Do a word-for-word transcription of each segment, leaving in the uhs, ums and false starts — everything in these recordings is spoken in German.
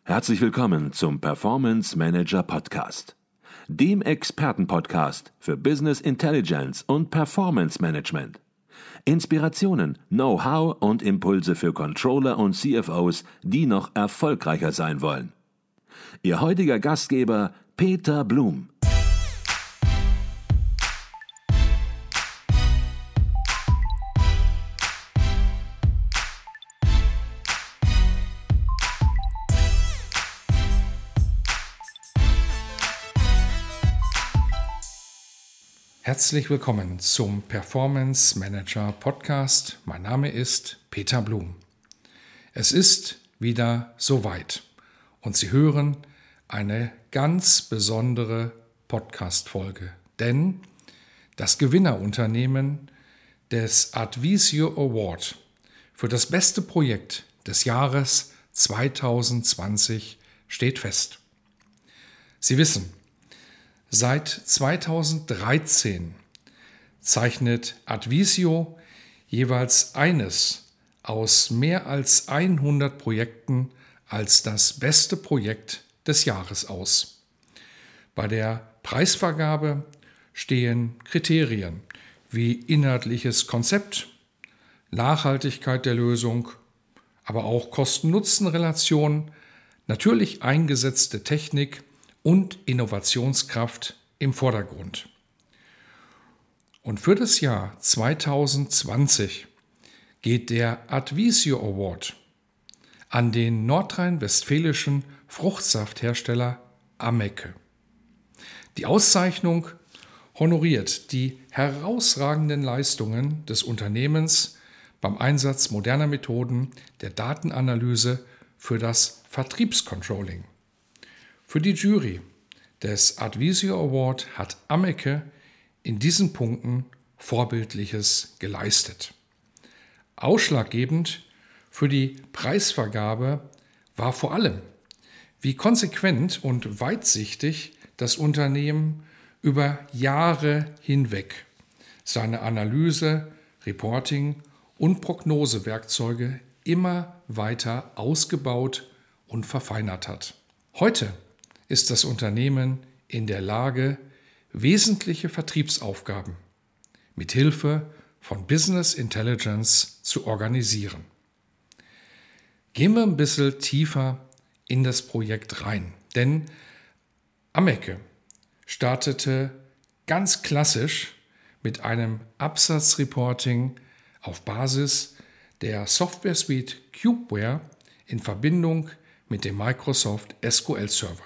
Herzlich willkommen zum Performance Manager Podcast, dem Expertenpodcast für Business Intelligence und Performance Management. Inspirationen, Know-how und Impulse für Controller und C F Os, die noch erfolgreicher sein wollen. Ihr heutiger Gastgeber Peter Blum. Herzlich willkommen zum Performance Manager Podcast. Mein Name ist Peter Blum. Es ist wieder soweit und Sie hören eine ganz besondere Podcast-Folge, denn das Gewinnerunternehmen des Advisio Award für das beste Projekt des Jahres zwanzig zwanzig steht fest. Sie wissen, seit zweitausenddreizehn zeichnet Advisio jeweils eines aus mehr als hundert Projekten als das beste Projekt des Jahres aus. Bei der Preisvergabe stehen Kriterien wie inhaltliches Konzept, Nachhaltigkeit der Lösung, aber auch Kosten-Nutzen-Relation, natürlich eingesetzte Technik und Innovationskraft im Vordergrund. Und für das Jahr zwanzig zwanzig geht der Advisio Award an den nordrhein-westfälischen Fruchtsafthersteller Amecke. Die Auszeichnung honoriert die herausragenden Leistungen des Unternehmens beim Einsatz moderner Methoden der Datenanalyse für das Vertriebscontrolling. Für die Jury des Advisio Award hat Amecke in diesen Punkten Vorbildliches geleistet. Ausschlaggebend für die Preisvergabe war vor allem, wie konsequent und weitsichtig das Unternehmen über Jahre hinweg seine Analyse, Reporting und Prognosewerkzeuge immer weiter ausgebaut und verfeinert hat. Heute ist das Unternehmen in der Lage, wesentliche Vertriebsaufgaben mit Hilfe von Business Intelligence zu organisieren. Gehen wir ein bisschen tiefer in das Projekt rein, denn Amecke startete ganz klassisch mit einem Absatzreporting auf Basis der Software Suite Cubeware in Verbindung mit dem Microsoft S Q L Server.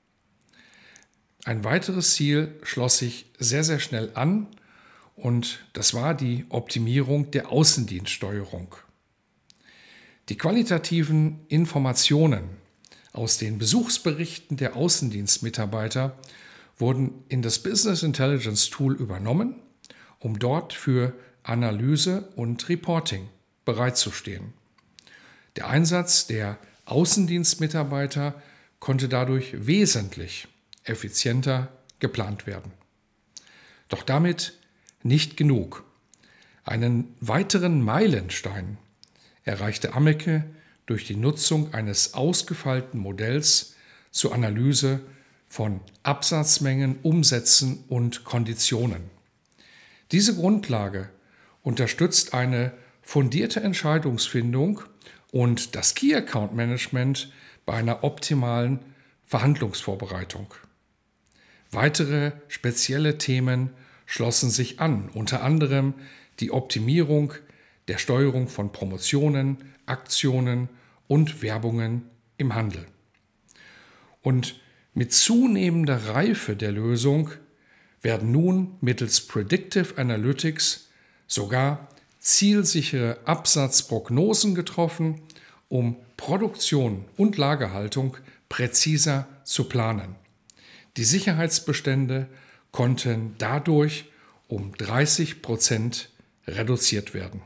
Ein weiteres Ziel schloss sich sehr, sehr schnell an und das war die Optimierung der Außendienststeuerung. Die qualitativen Informationen aus den Besuchsberichten der Außendienstmitarbeiter wurden in das Business Intelligence Tool übernommen, um dort für Analyse und Reporting bereitzustehen. Der Einsatz der Außendienstmitarbeiter konnte dadurch wesentlich effizienter geplant werden. Doch damit nicht genug. Einen weiteren Meilenstein erreichte Amecke durch die Nutzung eines ausgefeilten Modells zur Analyse von Absatzmengen, Umsätzen und Konditionen. Diese Grundlage unterstützt eine fundierte Entscheidungsfindung und das Key Account Management bei einer optimalen Verhandlungsvorbereitung. Weitere spezielle Themen schlossen sich an, unter anderem die Optimierung der Steuerung von Promotionen, Aktionen und Werbungen im Handel. Und mit zunehmender Reife der Lösung werden nun mittels Predictive Analytics sogar zielsichere Absatzprognosen getroffen, um Produktion und Lagerhaltung präziser zu planen. Die Sicherheitsbestände konnten dadurch um dreißig Prozent reduziert werden.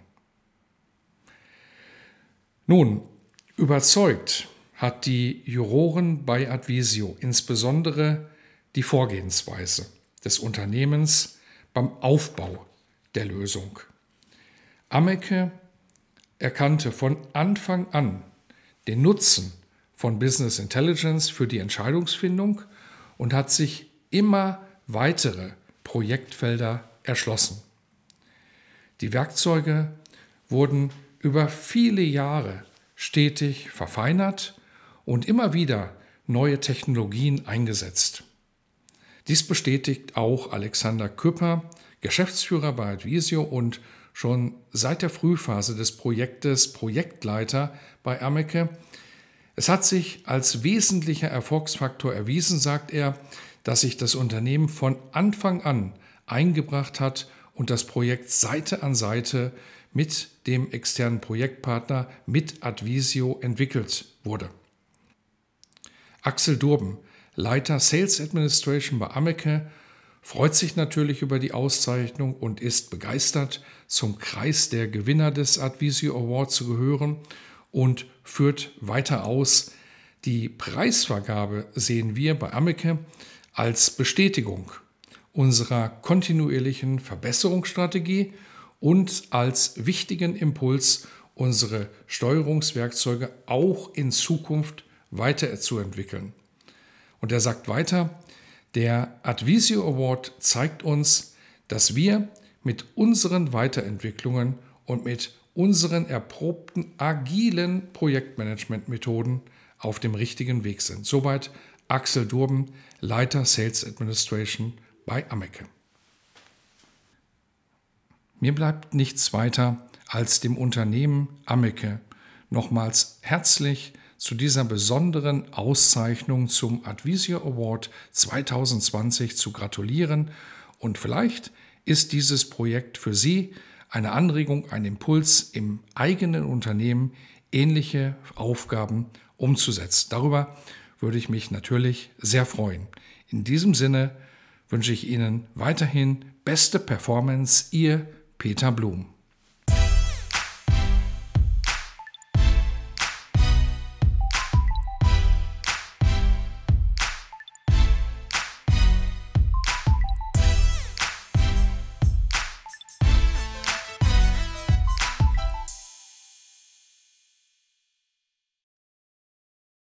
Nun, überzeugt hat die Juroren bei Advisio insbesondere die Vorgehensweise des Unternehmens beim Aufbau der Lösung. Amecke erkannte von Anfang an den Nutzen von Business Intelligence für die Entscheidungsfindung und hat sich immer weitere Projektfelder erschlossen. Die Werkzeuge wurden über viele Jahre stetig verfeinert und immer wieder neue Technologien eingesetzt. Dies bestätigt auch Alexander Küpper, Geschäftsführer bei Advisio und schon seit der Frühphase des Projektes Projektleiter bei Ammeke. Es hat sich als wesentlicher Erfolgsfaktor erwiesen, sagt er, dass sich das Unternehmen von Anfang an eingebracht hat und das Projekt Seite an Seite mit dem externen Projektpartner, mit Advisio, entwickelt wurde. Axel Durben, Leiter Sales Administration bei Ammeke, freut sich natürlich über die Auszeichnung und ist begeistert, zum Kreis der Gewinner des Advisio Award zu gehören und führt weiter aus. Die Preisvergabe sehen wir bei Ammeke als Bestätigung unserer kontinuierlichen Verbesserungsstrategie und als wichtigen Impuls, unsere Steuerungswerkzeuge auch in Zukunft weiterzuentwickeln. Und er sagt weiter, der Advisio Award zeigt uns, dass wir mit unseren Weiterentwicklungen und mit unseren erprobten agilen Projektmanagementmethoden auf dem richtigen Weg sind. Soweit Axel Durben, Leiter Sales Administration bei Ammeke. Mir bleibt nichts weiter, als dem Unternehmen Ammeke nochmals herzlich zu dieser besonderen Auszeichnung zum Advisio Award zwanzig zwanzig zu gratulieren. Und vielleicht ist dieses Projekt für Sie eine Anregung, ein Impuls, im eigenen Unternehmen ähnliche Aufgaben umzusetzen. Darüber würde ich mich natürlich sehr freuen. In diesem Sinne wünsche ich Ihnen weiterhin beste Performance, Ihr Peter Blum.